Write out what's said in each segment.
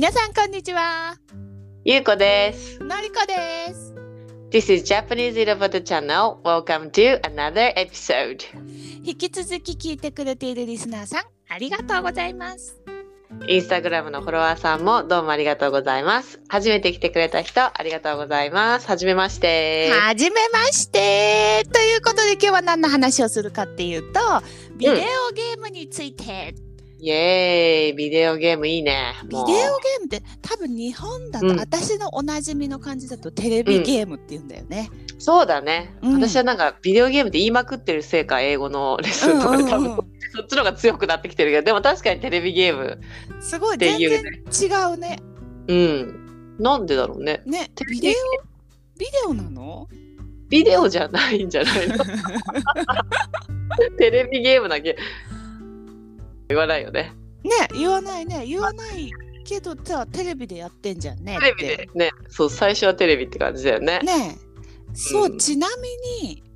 皆さんこんにちは。 ゆうこです。 のりこです。 This is Japanese Iroboto Channel. Welcome to another episode. 引き続き聞いてくれているリスナーさん、ありがとうございます。 インスタグラムのフォロワーさんもどうもありがとうございます。初めて来てくれた人、ありがとうございます。はじめまして。 はじめまして。ということで今日は何の話をするかっていうと、ビデオゲームについて。 イエーイ、ビデオゲームいいね。 ビデオゲームって多分日本だと、私のおなじみの感じだとテレビゲームって言うんだよね。 そうだね、私はなんかビデオゲームって言いまくってるせいか、英語のレッスンとかで多分、そっちの方が強くなってきてるけど、でも確かにテレビゲームすごい全然違うね。 なんでだろうね。 ね、ビデオなの？ ビデオじゃないんじゃないの？テレビゲームだけ言わないよね。 ね、言わないけどさ、テレビでやってんじゃんね。 テレビでね、そう、最初はテレビって感じだよね。 ね、そう、ちなみに、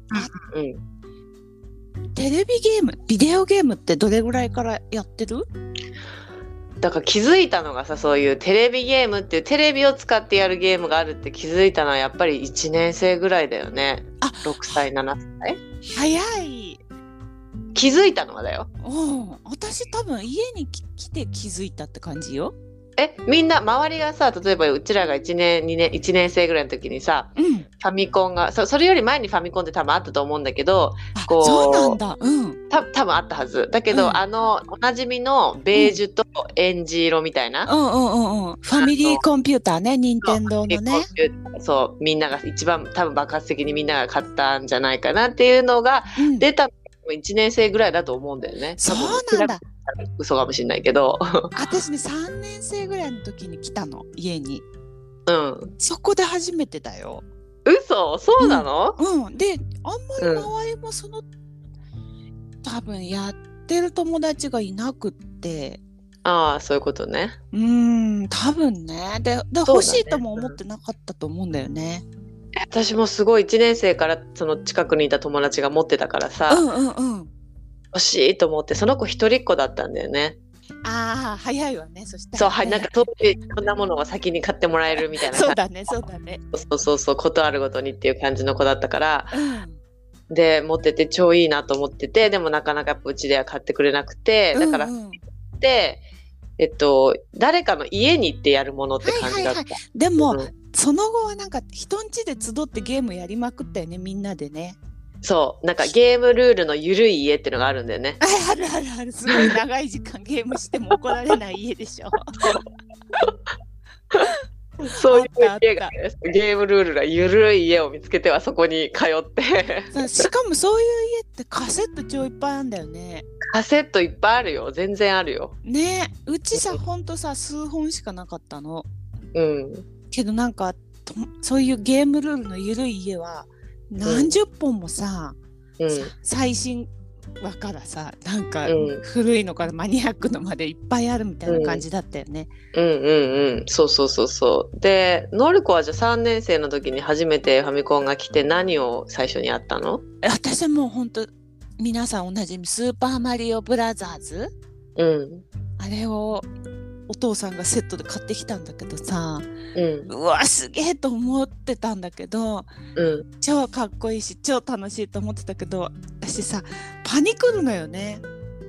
テレビゲーム、ビデオゲームってどれぐらいからやってる？ だから気づいたのがさ、そういうテレビゲームっていうテレビを使ってやるゲームがあるって気づいたのはやっぱり1年生ぐらいだよね。6歳7歳。 早い。 気づいたのはだよ。 私多分家に来て気づいたって感じよ。 みんな周りがさ、例えばうちらが1年生ぐらいの時にさ、ファミコンがそれより前にファミコンって多分あったと思うんだけど、 そうなんだ。 多分あったはずだけど、おなじみのベージュとエンジ色みたいな、 ファミリーコンピューターね、任天堂のね。 そう、みんなが一番多分爆発的にみんなが買ったんじゃないかなっていうのが出た1年生ぐらいだと思うんだよね。 そうなんだ。 嘘かもしれないけど私ね、3年生ぐらいの時に来たの、家に。そこで初めてだよ。 嘘？そうなの？ で、あんまり周りも多分やってる友達がいなくって。 そういうことね。 多分ね。で欲しいとも思ってなかったと思うんだよね。 私もすごい1年生からその近くにいた友達が持ってたからさ、欲しいと思って、その子一人っ子だったんだよね。 早いわね。そしたら、 なんか当時そんなものを先に買ってもらえるみたいなそうだね。 そうことあるごとにっていう感じの子だったから、で持ってて超いいなと思ってて、でもなかなかうちでは買ってくれなくて、だからで誰かの家に行ってやるものって感じだった。 でも、その後はなんか人ん家で集ってゲームやりまくったよね、みんなでね。 そう、なんかゲームルールの緩い家っていうのがあるんだよね。 ある、すごい長い時間ゲームしても怒られない家でしょ。 そういう家が、ゲームルールが緩い家を見つけてはそこに通ってしかもそういう家ってカセット超いっぱいあるんだよね。 カセットいっぱいあるよ。全然あるよね。うちさ、ほんとさ、数本しかなかったの。けどなんかそういうゲームルールの緩い家は何十本もさ、最新話からさ、なんか古いのからマニアックのまでいっぱいあるみたいな感じだったよね。 そうで、のりこはじゃあ3年生の時に初めてファミコンが来て何を最初にやったの？ 私はもうほんと皆さんおなじみスーパーマリオブラザーズ、あれをお父さんがセットで買ってきたんだけどさ、うわすげえと思ってたんだけど、超かっこいいし超楽しいと思ってたけど、私さパニクるのよね。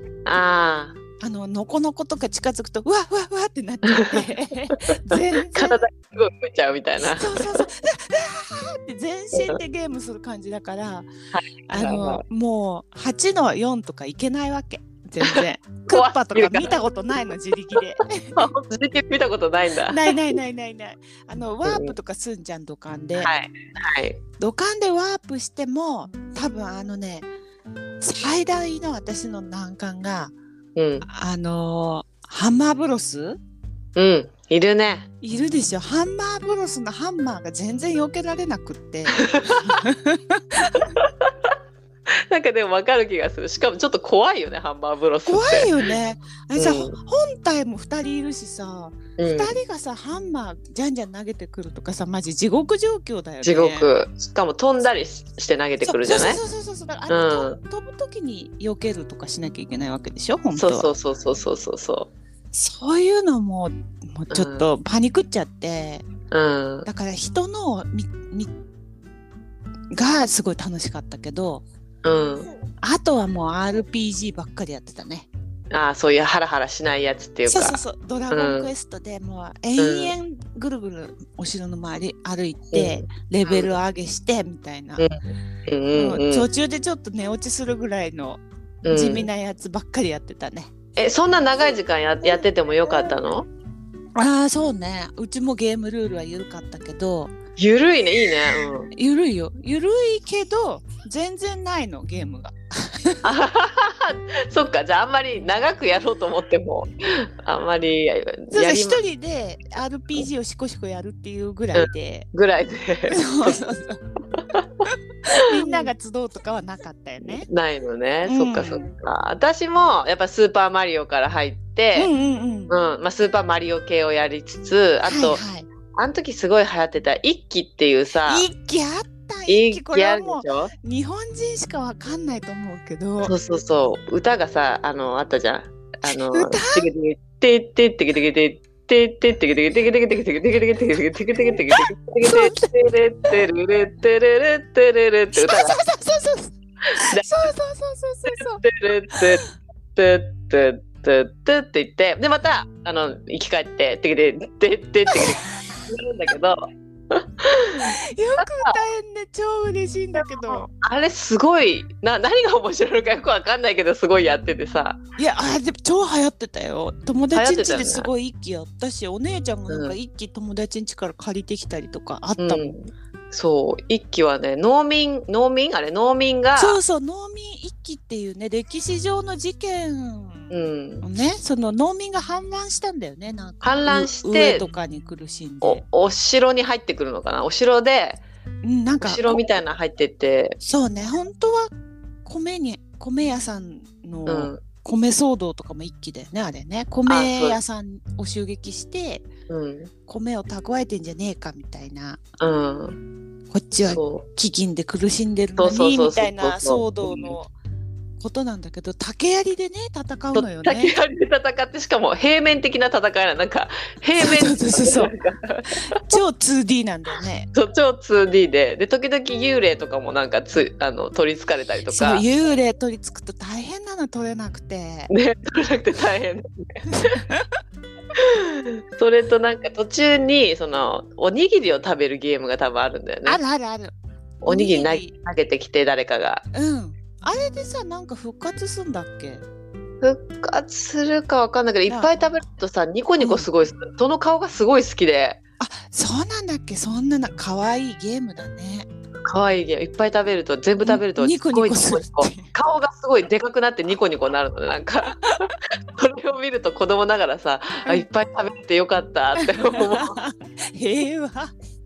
ノコノコとか近づくとうわってなっちゃって全然体すごい動いちゃうみたいな。 そうって全身でゲームする感じだから、もう8の4とかいけないわけ。全然クッパとか見たことないの、自力で。 自力見たことないんだ。 ない。ワープとかすんじゃん、土管で。土管でワープしても多分最大の私の難関が、ハンマーブロス。 いるね。 いるでしょ。ハンマーブロスのハンマーが全然避けられなくってなんかでも分かる気がする。しかもちょっと怖いよね、ハンマーブロスって。 怖いよね。本体も2人いるしさ、2人がさハンマーじゃんじゃん投げてくるとかさ、マジ地獄状況だよね。 地獄。しかも飛んだりして投げてくるじゃない？ そうだから、飛ぶ時に避けるとかしなきゃいけないわけでしょ、本当は。 そう。 そういうのもうちょっとパニクっちゃって、 うん、 だから人のがすごい楽しかったけど、 うん、 あとはもう RPG ばっかりやってたね。 ああ、そういうハラハラしないやつっていうか。 そうドラゴンクエストでもう延々ぐるぐるお城の周り歩いて、レベル上げしてみたいな、途中でちょっと寝落ちするぐらいの地味なやつばっかりやってたね。 そんな長い時間やっててもよかったの？ ああ、そうね。うちもゲームルールは緩かったけど。 緩いね、いいね。 緩いよ。緩いけど全然ないの、ゲームが。 そっか、じゃああんまり長くやろうと思ってもあんまり一人で RPG をシコシコやるっていうぐらいで、そうみんなが集うとかはなかったよね。 ないのね、そっかそっか。私もやっぱスーパーマリオから入って、スーパーマリオ系をやりつつ、あと、あの時すごい流行ってた一揆っていうさ、 一揆あった。一揆、これはもう日本人しかわかんないと思うけど、 そう歌がさ、あったじゃん。歌てってってけてけててってってけてけてけてけてけてけてけてけてけてけてけてけてけてけてけてけてれってれれってれれって歌が、そうって言って、でまた生き返っててけてててててるんだけど、よく歌えんね、超嬉しいんだけど、 あれすごい何が面白いのかよくわかんないけど、すごいやっててさ。 いや、でも超流行ってたよ。友達ん家ですごい一揆やったし、お姉ちゃんがなんか一揆友達ん家から借りてきたりとかあったもん。 そう一揆はね、農民が、 そう農民一揆っていうね、歴史上の事件をね、その農民が反乱したんだよね。なんか反乱して上とかに苦しんでお城に入ってくるのかな。お城で、 なんかお城みたいな入ってって、 そうね、本当は米屋さんの米騒動とかも一揆だよね、あれね。米屋さんを襲撃して、米を蓄えてんじゃねえかみたいな、こっちは飢饉で苦しんでるのにみたいな騒動のことなんだけど、竹槍でね戦うのよね。 竹槍で戦って、しかも平面的な戦いな、なんか平面そう超 2D なんだよね。 そう超 2D で時々幽霊とかもなんか取りつかれたりとか。 そう、幽霊取りつくと大変なの、取れなくてね、取れなくて大変それとなんか途中におにぎりを食べるゲームが多分あるんだよね。 ある。 おにぎり投げてきて誰かが。 あれでさ、なんか復活すんだっけ？ 復活するかわかんないけど、いっぱい食べるとさ、ニコニコすごい、その顔がすごい好きで。 あ、そうなんだっけ？そんな可愛いゲームだね。 可愛いゲーム、いっぱい食べると、全部食べるとニコニコする。 顔がすごいでかくなってニコニコなるので、なんかこれを見ると子供ながらさ、いっぱい食べてよかったって思う。 平和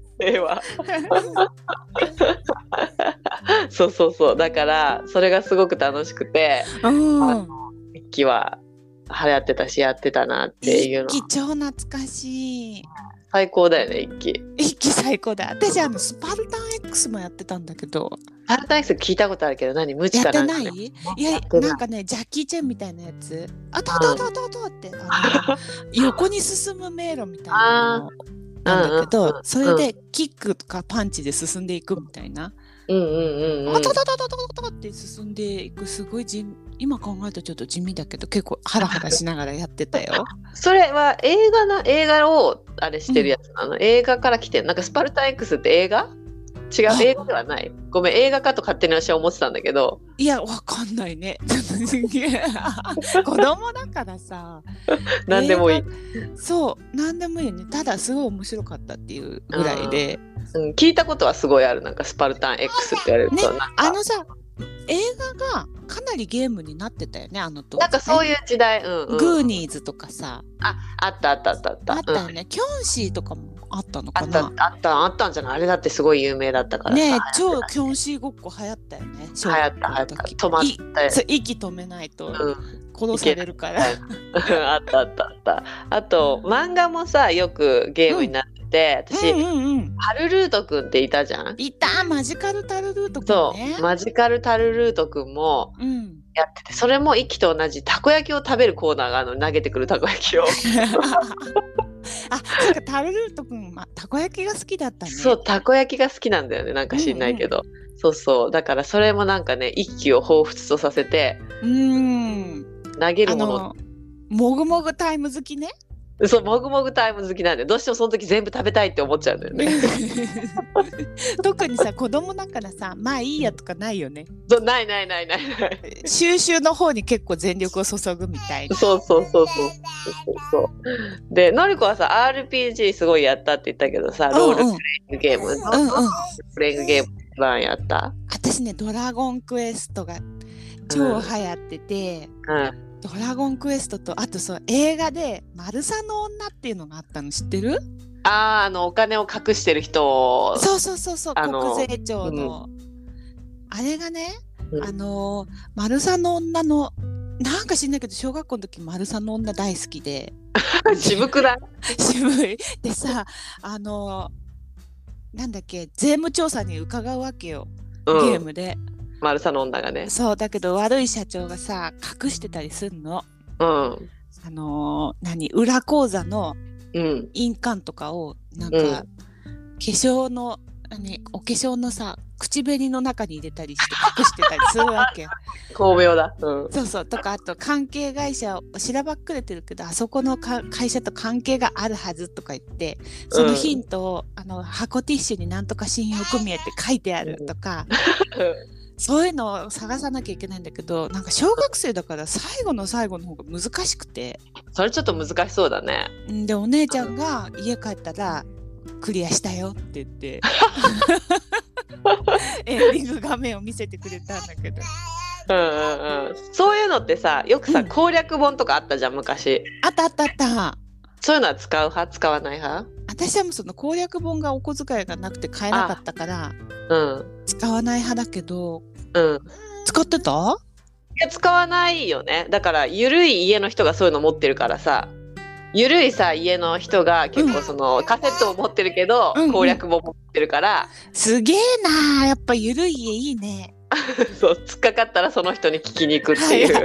そうだからそれがすごく楽しくて、一揆は流行ってたしやってたなっていうの。 一揆超懐かしい。 最高だよね、一揆最高だ。私スパルタン X もやってたんだけど。 スパルタン X 聞いたことあるけど、何無知かなんか、ね、 やってない？いや、なんかね、ジャッキーチェンみたいなやつ、あとって横に進む迷路みたいなのなんだけど、それでキックとかパンチで進んでいくみたいな、あとって進んでいく、すごい今考えるとちょっと地味だけど、結構ハラハラしながらやってたよ。 それは映画をあれしてるやつなの？映画から来てる？なんかスパルタン X って映画？違う、映画ではない。ごめん、映画かと勝手に私は思ってたんだけど。 いや、わかんないね。子供だからさ。 何でもいい。 そう、何でもいいよね。ただすごい面白かったっていうぐらいで。 聞いたことはすごいある。なんかスパルタン X って言われると、ね、 さ、映画がかなりゲームになってたよね、当時ね。 なんかそういう時代、 グーニーズとかさ。 あったよね。キョンシーとかもあったのかな。 あったんじゃない？あれだってすごい有名だったからさ。 ね、超キョンシーごっこ流行ったよね。 流行った。止まった。 息止めないと殺されるから。 あった。あと漫画もさ、よくゲームになってて、私、タルルートくんっていたじゃん。 いた、マジカルタルルートくんね。 そう、マジカルタルルートくんも、 やってて、それもイキと同じたこ焼きを食べるコーナーがあるの、投げてくるたこ焼きをあ、そうか、食べるとくん、たこ焼きが好きだったね。 そう、たこ焼きが好きなんだよね、なんか知んないけど、そうそう、だからそれもなんかね、イキを彷彿とさせて、投げるもの、 もぐもぐタイム好きね。 そう、もぐもぐタイム好きなんで、どうしてもその時全部食べたいって思っちゃうんだよね特にさ、子供だからさ、まあいいやとかないよね。 ない収集の方に結構全力を注ぐみたいな。 そうで、のりこはさ RPG すごいやったって言ったけどさ、ロールプレイングゲーム、プレイングゲーム一番やった？ 私ね、ドラゴンクエストが超流行ってて、ドラゴンクエストと、あとそう、映画でマルサの女っていうのがあったの知ってる？ お金を隠してる人。 そう国税庁の、あれがね、マルサの女の、なんか知んないけど小学校の時マルサの女大好きで渋くない？ 渋いでさ、なんだっけ、税務調査に伺うわけよ、ゲームで。 マルサの女がね。 そうだけど悪い社長がさ隠してたりすんの。裏口座の印鑑とかをなんか、化粧のお化粧のさ口紅の中に入れたりして隠してたりするわけ巧妙だ、 そうとか、あと関係会社をしらばっくれてるけど、あそこの会社と関係があるはずとか言って、そのヒントを、箱ティッシュになんとか信用組合って書いてあるとか、そういうのを探さなきゃいけないんだけど、なんか小学生だから最後の最後の方が難しくて、 それちょっと難しそうだね。 でお姉ちゃんが家帰ったらクリアしたよって言ってエンディング画面を見せてくれたんだけど、 そういうのってさ、よくさ、攻略本とかあったじゃん昔。 あった。 そういうのは使う派使わない派？ 私はもうその攻略本がお小遣いがなくて買えなかったから、使わない派だけど、使ってた？ いや、使わないよね。だからゆるい家の人がそういうの持ってるからさ、ゆるいさ家の人が結構その、カセットを持ってるけど、攻略本持ってるから、 すげえな、やっぱゆるい家いいねそう突っかかったらその人に聞きに行くっていう、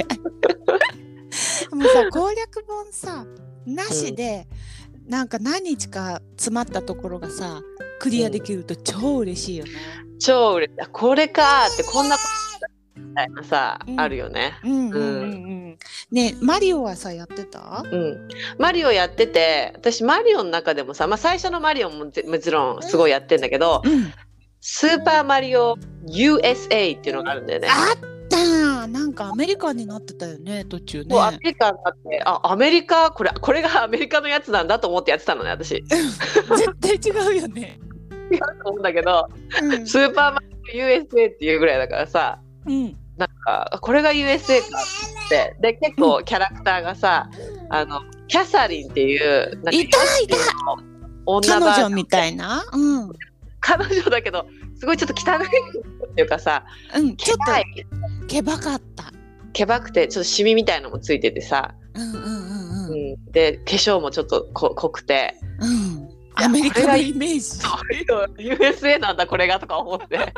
もうさ攻略本さなしで、なんか何日か詰まったところがさクリアできると超嬉しいよね。 超嬉しい。これかって、こんなことみたいなさ、あるよね。 ね、マリオはさやってた？ マリオやってて、私マリオの中でもさ、最初のマリオももちろんすごいやってんだけど、スーパーマリオ USA っていうのがあるんだよね。 あったなんかアメリカになってたよね、途中ね。 アメリカになって、アメリカ、これがアメリカのやつなんだと思ってやってたのね、私。 絶対違うよね。 違うと思うんだけど、スーパーマリオ USA っていうぐらいだからさ、なんかこれが USA かって、で結構キャラクターがさ、キャサリンっていうなんかいた女彼女みたいな、 彼女だけどすごいちょっと汚いっていうかさ、 ちょっとケバかった。 ケバくてちょっとシミみたいのもついててさ、で化粧もちょっと濃くて、 アメリカのイメージ USA なんだこれがとか思って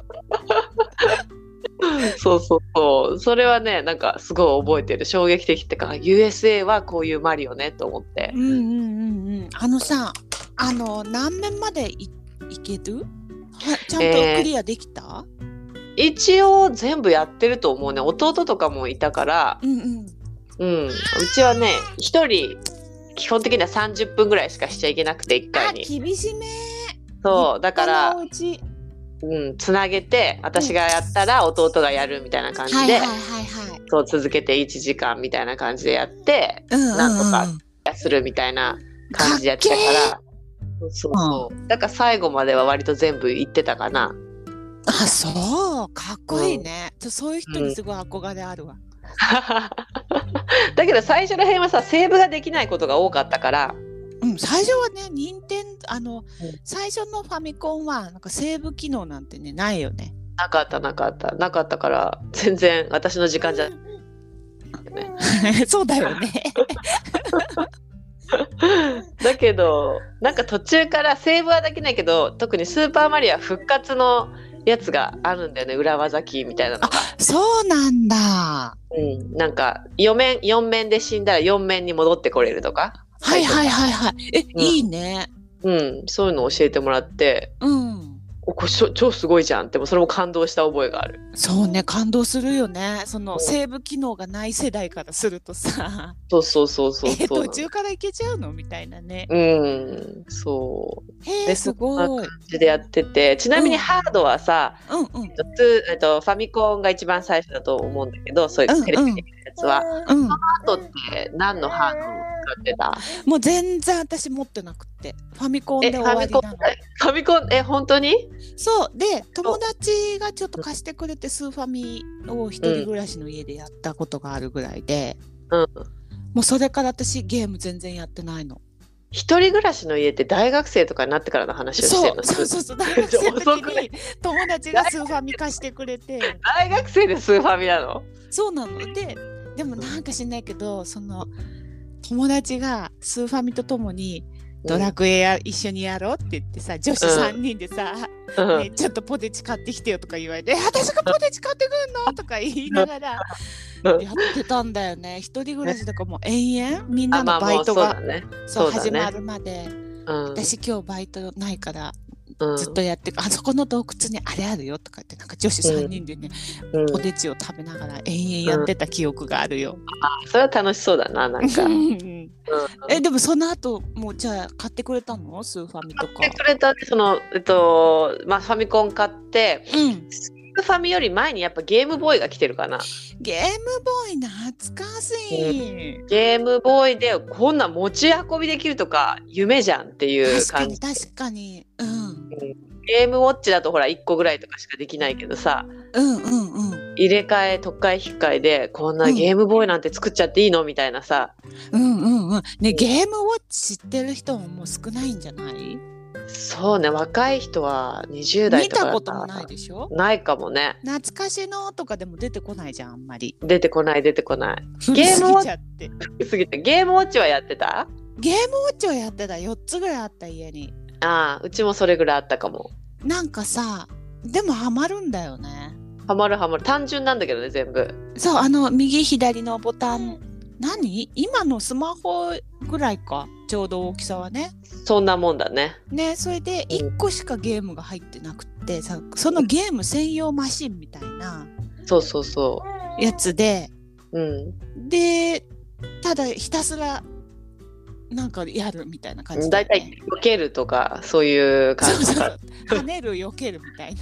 そうそれはね、なんかすごい覚えてる。衝撃的ってか USA はこういうマリオねと思って。 さ、何面までいける？ちゃんとクリアできた？ 一応全部やってると思うね。弟とかもいたから、うちはね一人基本的には30分ぐらいしかしちゃいけなくて、1回に。 厳しめ。 そうだからつなげて私がやったら弟がやるみたいな感じで、そう続けて1時間みたいな感じでやって、なんとかするみたいな感じでやってたから、そうだから最後までは割と全部行ってたかな。 そうかっこいいね。そういう人にすごい憧れあるわ。 だけど最初の辺はさ、セーブができないことが多かったから、 最初はね、最初のファミコンはなんかセーブ機能なんてねないよね。 なかったから全然私の時間じゃそうだよね。 だけどなんか途中からセーブはできないけど、特にスーパーマリオは復活のやつがあるんだよね、裏技キーみたいなのが。 そうなんだ。 なんか4面で死んだら4面に戻ってこれるとか。 はいはいはいはい。いいね。 そういうのを教えてもらって、これ超すごいじゃんって、もそれも感動した覚えがある。 そうね、感動するよね。そのセーブ機能がない世代からするとさ、 そう途中からいけちゃうのみたいなね。 そう。 へえ、すごい。 そんな感じでやってて、ちなみにハードはさ、ファミコンが一番最初だと思うんだけど、そういうテレビのやつは。その後って何のハード使ってた？ もう全然私持ってなくて、ファミコンで終わりなの。 ファミコン本当に？ そうで、友達がちょっと貸してくれてスーファミを一人暮らしの家でやったことがあるぐらいで、もうそれから私ゲーム全然やってないの。 一人暮らしの家って大学生とかになってからの話をしてるの？ そう大学生の時に友達がスーファミ貸してくれて。 大学生でスーファミなの？そうなのでもなんか知んないけど、その友達がスーファミとともにドラクエ一緒にやろうって言ってさ、女子3人でさ、ね、ちょっとポテチ買ってきてよとか言われて、私がポテチ買ってくんのとか言いながらやってたんだよね。一人暮らしとかも延々みんなのバイトが始まるまで、私今日バイトないからずっとやって、あそこの洞窟にあれあるよとかって、なんか女子3人でね、ポテチを食べながら延々やってた記憶があるよ。 それは楽しそうだな、なんか。 でもその後もうじゃあ買ってくれたの？スーファミとか。 買ってくれた。ファミコン買って、スーファミより前にやっぱゲームボーイが来てるかな。 ゲームボーイ懐かしい。 ゲームボーイでこんな持ち運びできるとか夢じゃんっていう感じ。 確かに。 ゲームウォッチだとほら1個ぐらいとかしかできないけどさ、入れ替え特替引っ換えでこんなゲームボーイなんて作っちゃっていいのみたいなさ。 ね、ゲームウォッチ知ってる人ももう少ないんじゃない？ そうね、若い人は20代とか見たこともないでしょ？ ないかもね。 懐かしのとかでも出てこないじゃん、あんまり。 出てこない。ゲームウォッチゲームウォッチはやってた？ ゲームウォッチはやってた。4つぐらいあった家に。 うちもそれぐらいあったかも。 なんかさ、でもハマるんだよね。 ハマる。単純なんだけどね、全部。 そう、右左のボタン、今のスマホぐらいか、ちょうど大きさはね。 そんなもんだね。 それで1個しかゲームが入ってなくてさ、そのゲーム専用マシンみたいなやつで、でただひたすらなんかやるみたいな感じだよね。 だいたい避けるとかそういう感じだ。 跳ねる避けるみたいな。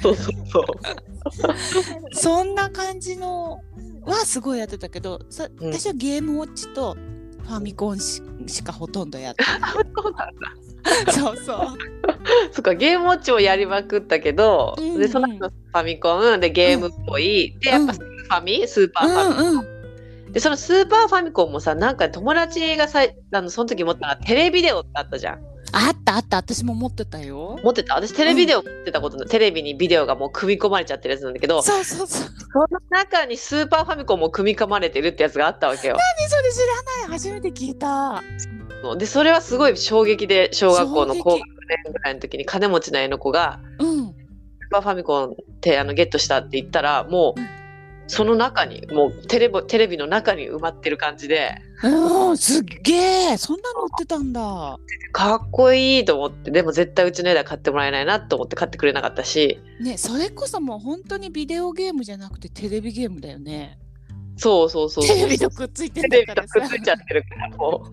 そんな感じのはすごいやってたけど、私はゲームウォッチとファミコンしかほとんどやってない。そうそっか、ゲームウォッチをやりまくったけど、でその後ファミコンでゲームっぽい、でやっぱスーパーファミコン、でそのスーパーファミコンもさ、なんか友達がその時持ったのがテレビデオってあったじゃん。 あった私も持ってたよ。 持ってた。私テレビデオ持ってたことない。テレビにビデオがもう組み込まれちゃってるやつなんだけど、その中にスーパーファミコンも組み込まれてるってやつがあったわけよ。 何それ知らない。初めて聞いた。 でそれはすごい衝撃で、小学校の高学年ぐらいの時に金持ちの家の子が、スーパーファミコンってゲットしたって言ったら、もう、その中にもうテレビの中に埋まってる感じで、 すっげえ、そんなの売ってたんだ。 かっこいいと思って。でも絶対うちの家では買ってもらえないなと思って買ってくれなかったしね。それこそもう本当にビデオゲームじゃなくてテレビゲームだよね。 そうテレビとくっついてるからさ。 テレビとくっついちゃってるからも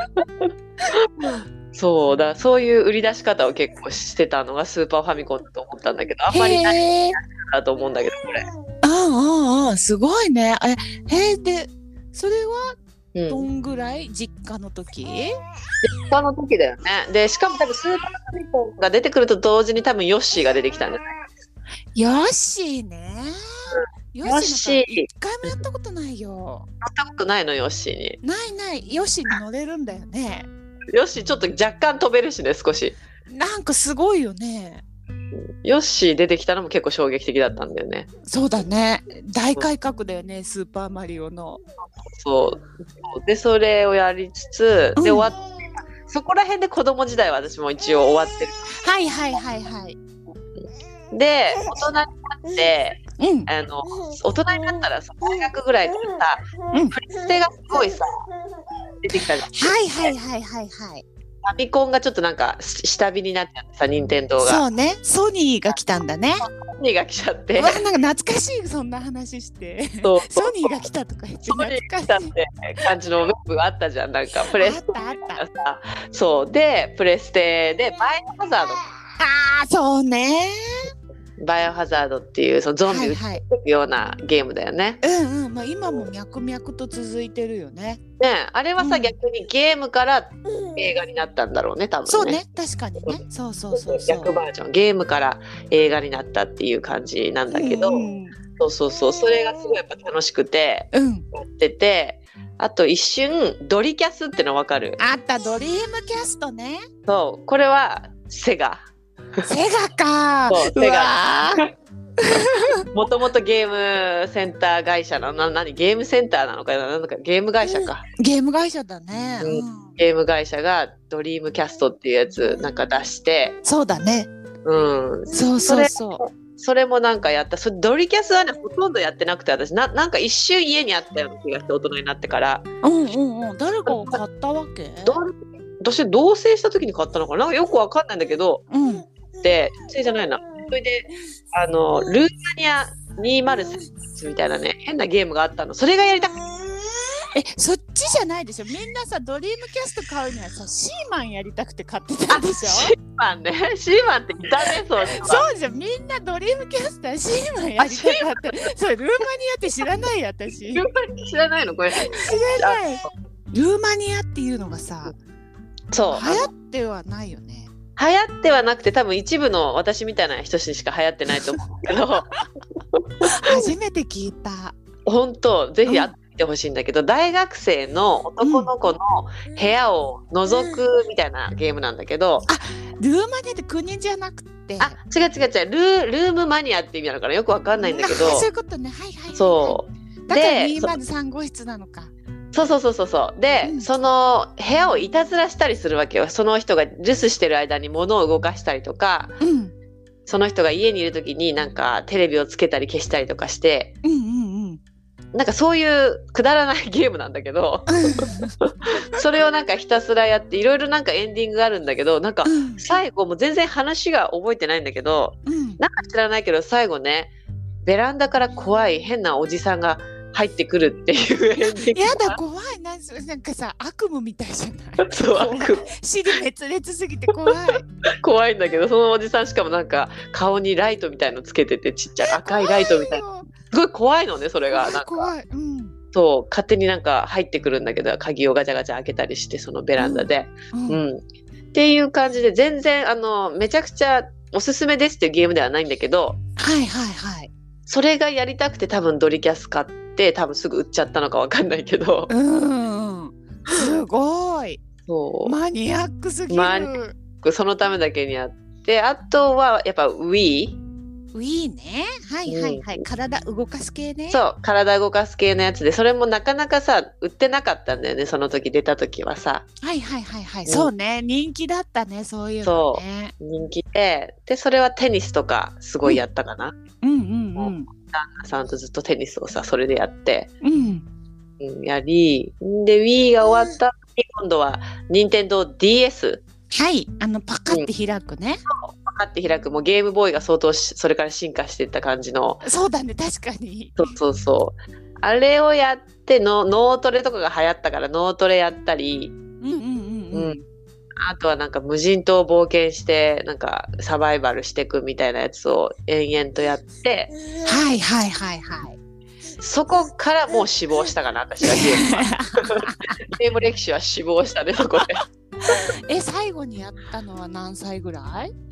うそうだ、そういう売り出し方を結構してたのがスーパーファミコンだと思ったんだけど、あんまりないだと思うんだけど、これすごいね。でそれはどんぐらい、実家の時？ 実家の時だよね。でしかも多分スーパーファミコンが出てくると同時に多分ヨッシーが出てきたんじゃない？ ヨッシーね。ヨッシー一回もやったことないよ。 乗ったことないの？ヨッシーに。 ない。ヨッシーに乗れるんだよね。 ヨッシーちょっと若干飛べるしね、少し。 なんかすごいよね。 ヨッシー出てきたのも結構衝撃的だったんだよね。 そうだね。大改革だよね、スーパーマリオの。 そうでそれをやりつつ、で終わって、そこら辺で子供時代は私も一応終わってる。 はい。 で大人になって、大人になったらさ、大学ぐらいからさ、プレステがすごいさ出てきたじゃん。ファミコンがちょっとなんか下火になっちゃってさ、任天堂が。 そうね、ソニーが来たんだね。 ソニーが来ちゃって。 なんか懐かしい、そんな話して。ソニーが来たとか言って懐かしい。ソニーが来たって感じのウェブがあったじゃん、なんかプレステがさ。そうで、プレステでバイオハザード。 そうね。 バイオハザードっていうそのゾンビ撃っていくようなゲームだよね。 まあ、今も脈々と続いてるよね。 あれはさ、逆にゲームから映画になったんだろうね、多分ね。 そうね、確かにね。そう逆バージョン、ゲームから映画になったっていう感じなんだけど、それがすごいやっぱ楽しくてやってて、あと一瞬ドリキャスっての分かる？ あった、ドリームキャストね。 そう、これはセガか。 そう、セガもともとゲームセンター会社のゲームセンターなのかなんかゲーム会社か。 ゲーム会社だね。 ゲーム会社がドリームキャストっていうやつなんか出して。 そうだね。 それもなんかやった。ドリキャスはね、ほとんどやってなくて、私なんか一瞬家にあったような気がして、大人になってから。 誰かが買ったわけ？ 私同棲した時に買ったのかな、よくわかんないんだけど、で同棲じゃないな。それでルーマニア203みたいなね、変なゲームがあったの。それがやりたくて。 そっちじゃないでしょ。みんなさ、ドリームキャスト買うにはさ、シーマンやりたくて買ってたんでしょ。 シーマンね、シーマンっていたね。 そうじゃん、みんなドリームキャストはシーマンやりたかった。そう、ルーマニアって知らないよ、私。 ルーマニア知らないのこれ。知らない。ルーマニアっていうのがさ、 そう流行ってはないよね。 流行ってはなくて、多分一部の私みたいな人しか流行ってないと思うけど初めて聞いた。 本当、ぜひやってみてほしいんだけど、大学生の男の子の部屋を覗くみたいなゲームなんだけど、 ルーマニアって国じゃなくて、 違うルームマニアって意味なのかな、よくわかんないんだけど、 そういうことね。そうだから203号室なのか。 そうで、その部屋をいたずらしたりするわけよ。その人が留守してる間に物を動かしたりとか、その人が家にいる時になんかテレビをつけたり消したりとかして、なんかそういうくだらないゲームなんだけどそれをなんかひたすらやって、いろいろなんかエンディングがあるんだけど、なんか最後もう全然話が覚えてないんだけど、なんか知らないけど最後ね、ベランダから怖い変なおじさんが入ってくるっていうエンディング。 やだ、怖い。なんかさ、悪夢みたいじゃない？ そう、悪夢。 死に滅裂すぎて怖い。 怖いんだけど、そのおじさんしかもなんか顔にライトみたいのつけてて、ちっちゃい赤いライトみたいな。すごい怖いのね、それが。なんか怖い。 そう、勝手になんか入ってくるんだけど、鍵をガチャガチャ開けたりして、そのベランダで。っていう感じで、全然めちゃくちゃおすすめですっていうゲームではないんだけど、それがやりたくて多分ドリキャス買って、多分すぐ売っちゃったのかわかんないけど、 すごい。 そう、 マニアックすぎる。 そのためだけにやって、あとはやっぱ Wii ね。体動かす系ね。 そう、体動かす系のやつで、それもなかなかさ売ってなかったんだよね、その時出た時はさ。そうね、人気だったね、そういうのね。そう、人気で、それはテニスとかすごいやったかな。旦那さんとずっとテニスをさ、それでやって、やりで Wii が終わった今度は任天堂 DS。 パカって開くね。 パカって開く、もうゲームボーイが相当それから進化していった感じの。 そうだね、確かに。 あれをやっての脳トレとかが流行ったから脳トレやったり、あとはなんか無人島を冒険してなんかサバイバルしていくみたいなやつを延々とやって、そこからもう死亡したかな、私はゲーム歴史は死亡したね、そこで。 最後にやったのは何歳ぐらい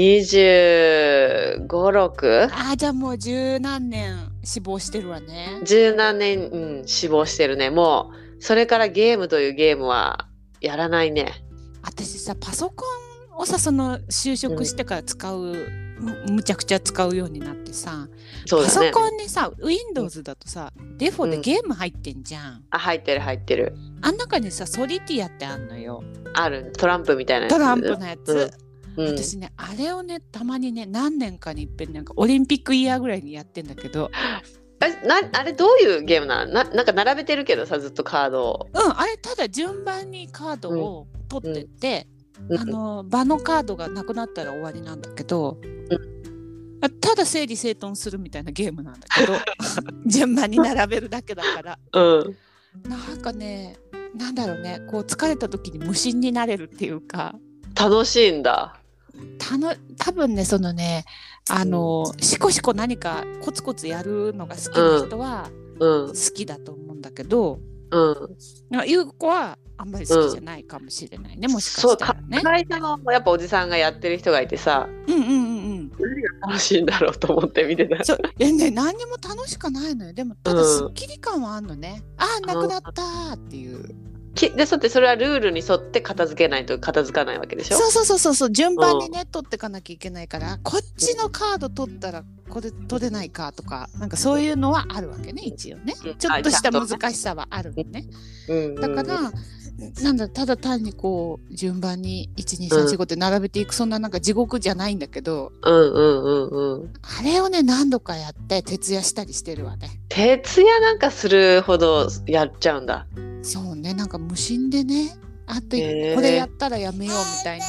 ？25、6？ じゃあもう十何年死亡してるわね。 十何年、死亡してるね。もうそれからゲームというゲームはやらないね。 私さ、パソコンをさ、その就職してから使う、むちゃくちゃ使うようになってさ、パソコンにさ Windows だとさ、デフォでゲーム入ってんじゃん。 入ってる。 あん中にさ、ソリティアってあんのよ。 ある、トランプみたいなやつ。 トランプのやつ。 私ねあれをねたまにね何年かにいっぺんなんかオリンピックイヤーぐらいにやってんだけど、 あれどういうゲームなんか並べてるけどさ、ずっとカードを。 あれただ順番にカードを取ってって、場のカードがなくなったら終わりなんだけど、ただ整理整頓するみたいなゲームなんだけど順番に並べるだけだから、なんかねなんだろうね、こう疲れた時に無心になれるっていうか楽しいんだ。 多分ねそのねしこしこ何かコツコツやるのが好きな人は好きだと思うんだけど、ゆう子はあんまり好きじゃないかもしれないね、もしかしたらね。 そう、会社のやっぱおじさんがやってる人がいてさ、何が楽しいんだろうと思って見てた。 何にも楽しくないのよ。でもただすっきり感はあるのね。なくなったっていう。 でそれはルールに沿って片付けないと片付かないわけでしょ。 そう順番にね、取ってかなきゃいけないから、こっちのカード取ったらこれ取れないかとか、なんかそういうのはあるわけね、一応ね。ちょっとした難しさはあるのね。だからなんだ、ただ単にこう順番に12345って並べていく、そんななんか地獄じゃないんだけど、あれをね何度かやって徹夜したりしてるわね。 徹夜なんかするほどやっちゃうんだ。 そうね、なんか無心でね、あとこれやったらやめようみたいに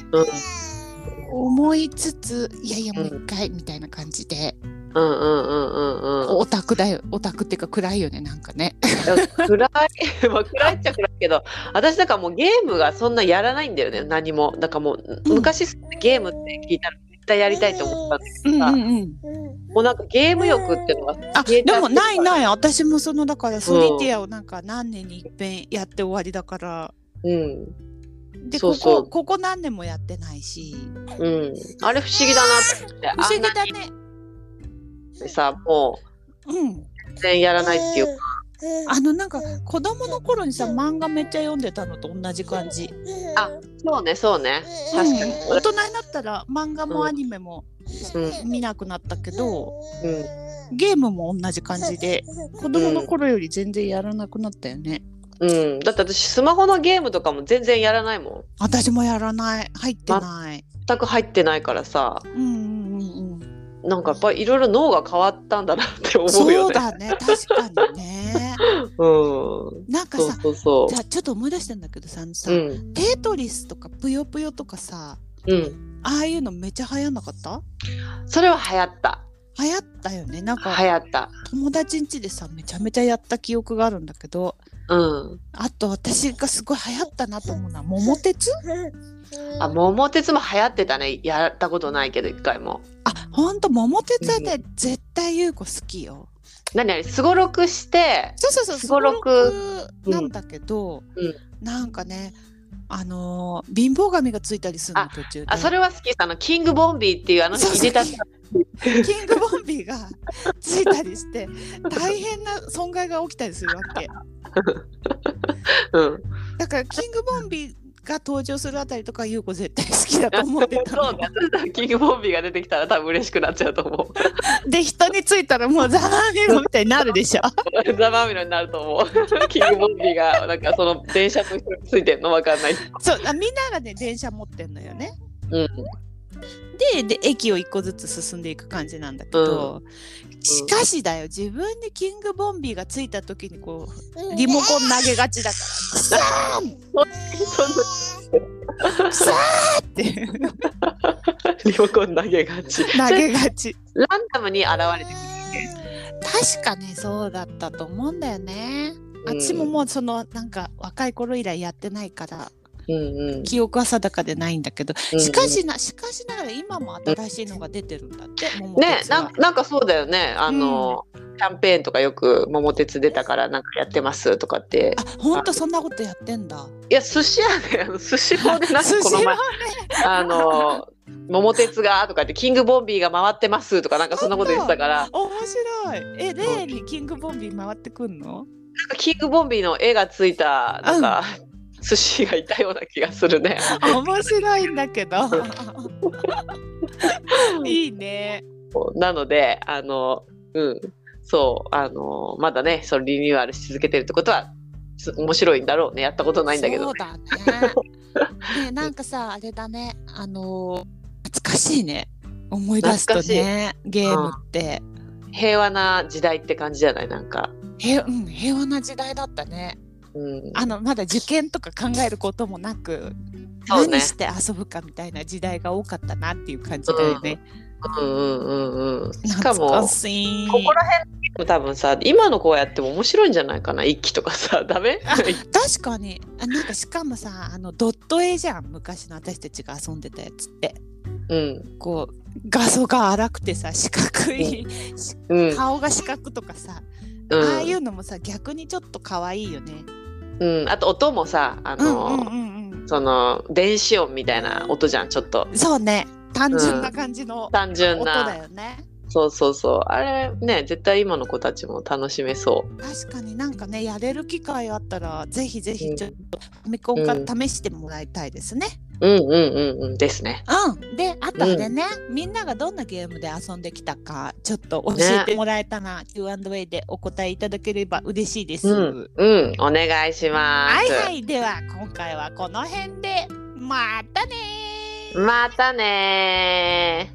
思いつつ、いやもう一回みたいな感じで。オタクだよ。オタクっていうか暗いよね、なんかね。 暗い暗いっちゃ暗いけど、私だからもうゲームがそんなやらないんだよね、何も。だからもう昔ゲームって聞いたら絶対やりたいと思ったんだけどさ、もうなんかゲーム欲っていうのがでもない、私もそのだからソリティアをなんか何年に一遍やって終わりだから、でここ何年もやってないし、 あれ不思議だなって思って。 不思議だね。 さ、もう全然やらないっていうか、 なんか子供の頃にさ漫画めっちゃ読んでたのと同じ感じ。 そうね、確かに。 大人になったら漫画もアニメも見なくなったけど、ゲームも同じ感じで子供の頃より全然やらなくなったよね。 だって私スマホのゲームとかも全然やらないもん。 私もやらない、入ってない、 全く入ってないからさ、なんかやっぱりいろいろ脳が変わったんだなって思うよね。 そうだね、確かにね。なんかさ、じゃあちょっと思い出したんだけどさ、テトリスとかぷよぷよとかさ、ああいうのめっちゃ流行んなかった？ それは流行った。 流行ったよね。なんか流行った。 友達ん家でさめちゃめちゃやった記憶があるんだけど、あと私がすごい流行ったなと思うのは桃鉄。 桃鉄も流行ってたね。やったことないけど一回も。 ほんと桃鉄はね、絶対優子好きよ。 何あれ、すごろくして。 すごろくなんだけど、なんかね貧乏神がついたりするの途中で。 それは好き。キングボンビーっていういでたキングボンビーがついたりして大変な損害が起きたりするわけ。だからキングボンビーが登場するあたりとか優子絶対好きだと思ってたの。 そうね、キングボンビーが出てきたら多分嬉しくなっちゃうと思う。で人についたらもうザマミロみたいになるでしょ。 ザマミロになると思う。キングボンビーがなんかその電車の人についてるの分かんない。 そう、みんながね電車持ってんのよね。で駅を一個ずつ進んでいく感じなんだけど、しかしだよ、自分でキングボンビーがついた時にこうリモコン投げがちだからさーってリモコン投げがちランダムに現れてくる。 確かねそうだったと思うんだよね。私ももうそのなんか若い頃以来やってないから記憶は定かでないんだけど、しかしながら今も新しいのが出てるんだって桃鉄は。 なんかそうだよね。キャンペーンとかよく桃鉄出たからなんかやってますとかって。 ほんとそんなことやってんだ。 いや寿司屋で寿司棒でなんかこの前桃鉄がとかってキングボンビーが回ってますとかなんかそんなこと言ってたから。 面白い。例にキングボンビー回ってくんの？ なんかキングボンビーの絵がついたなんか、寿司がいたような気がするね。 面白いんだけどいいね。 なのでそうまだねそのリニューアルし続けてるってことは面白いんだろうね。やったことないんだけど、 そうだねね、なんかさあれだね、懐かしいね、思い出すとね、ゲームって、 平和な時代って感じじゃない？なんか平和な時代だったね。まだ受験とか考えることもなく、何して遊ぶかみたいな時代が多かったなっていう感じだよね。 しかもここら辺多分さ、今の子やっても面白いんじゃないかな、一期とかさ。ダメ？ 確かに。なんかしかもさ、ドット絵じゃん、昔の私たちが遊んでたやつって。こう画像が荒くてさ、四角い、顔が四角とかさ、ああいうのもさ、逆にちょっと可愛いよね。 あと音もさ、その電子音みたいな音じゃん、ちょっと。 そうね、単純な感じの音だよね。 そうあれね、絶対今の子たちも楽しめそう。 確かに、なんかね、やれる機会あったらぜひぜひちょっとファミコンから試してもらいたいですね。 ですね。 で、あとあれね、みんながどんなゲームで遊んできたかちょっと教えてもらえたら、Q&A でお答えいただければ嬉しいです。 お願いします。 では今回はこの辺で、またね。 またね。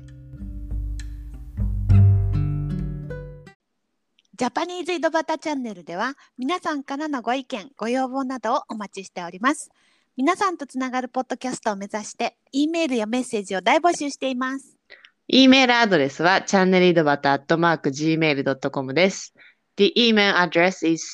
ジャパニーズ井戸端チャンネルでは皆さんからのご意見ご要望などをお待ちしております。皆さんとつながるポッドキャストを目指して E メールやメッセージを大募集しています。 E メールアドレスは channelidobata@gmail.com です。 The email address is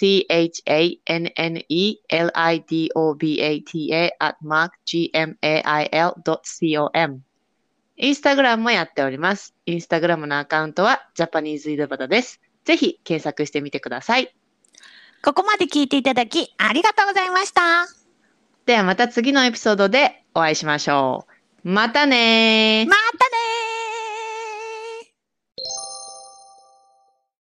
chanelidobata@gmail.com。 インスタグラムもやっております。インスタグラムのアカウントはジャパニーズ井戸端です。ぜひ検索してみてください。 ここまで聞いていただきありがとうございました。 ではまた次のエピソードでお会いしましょう。またねー。 またねー。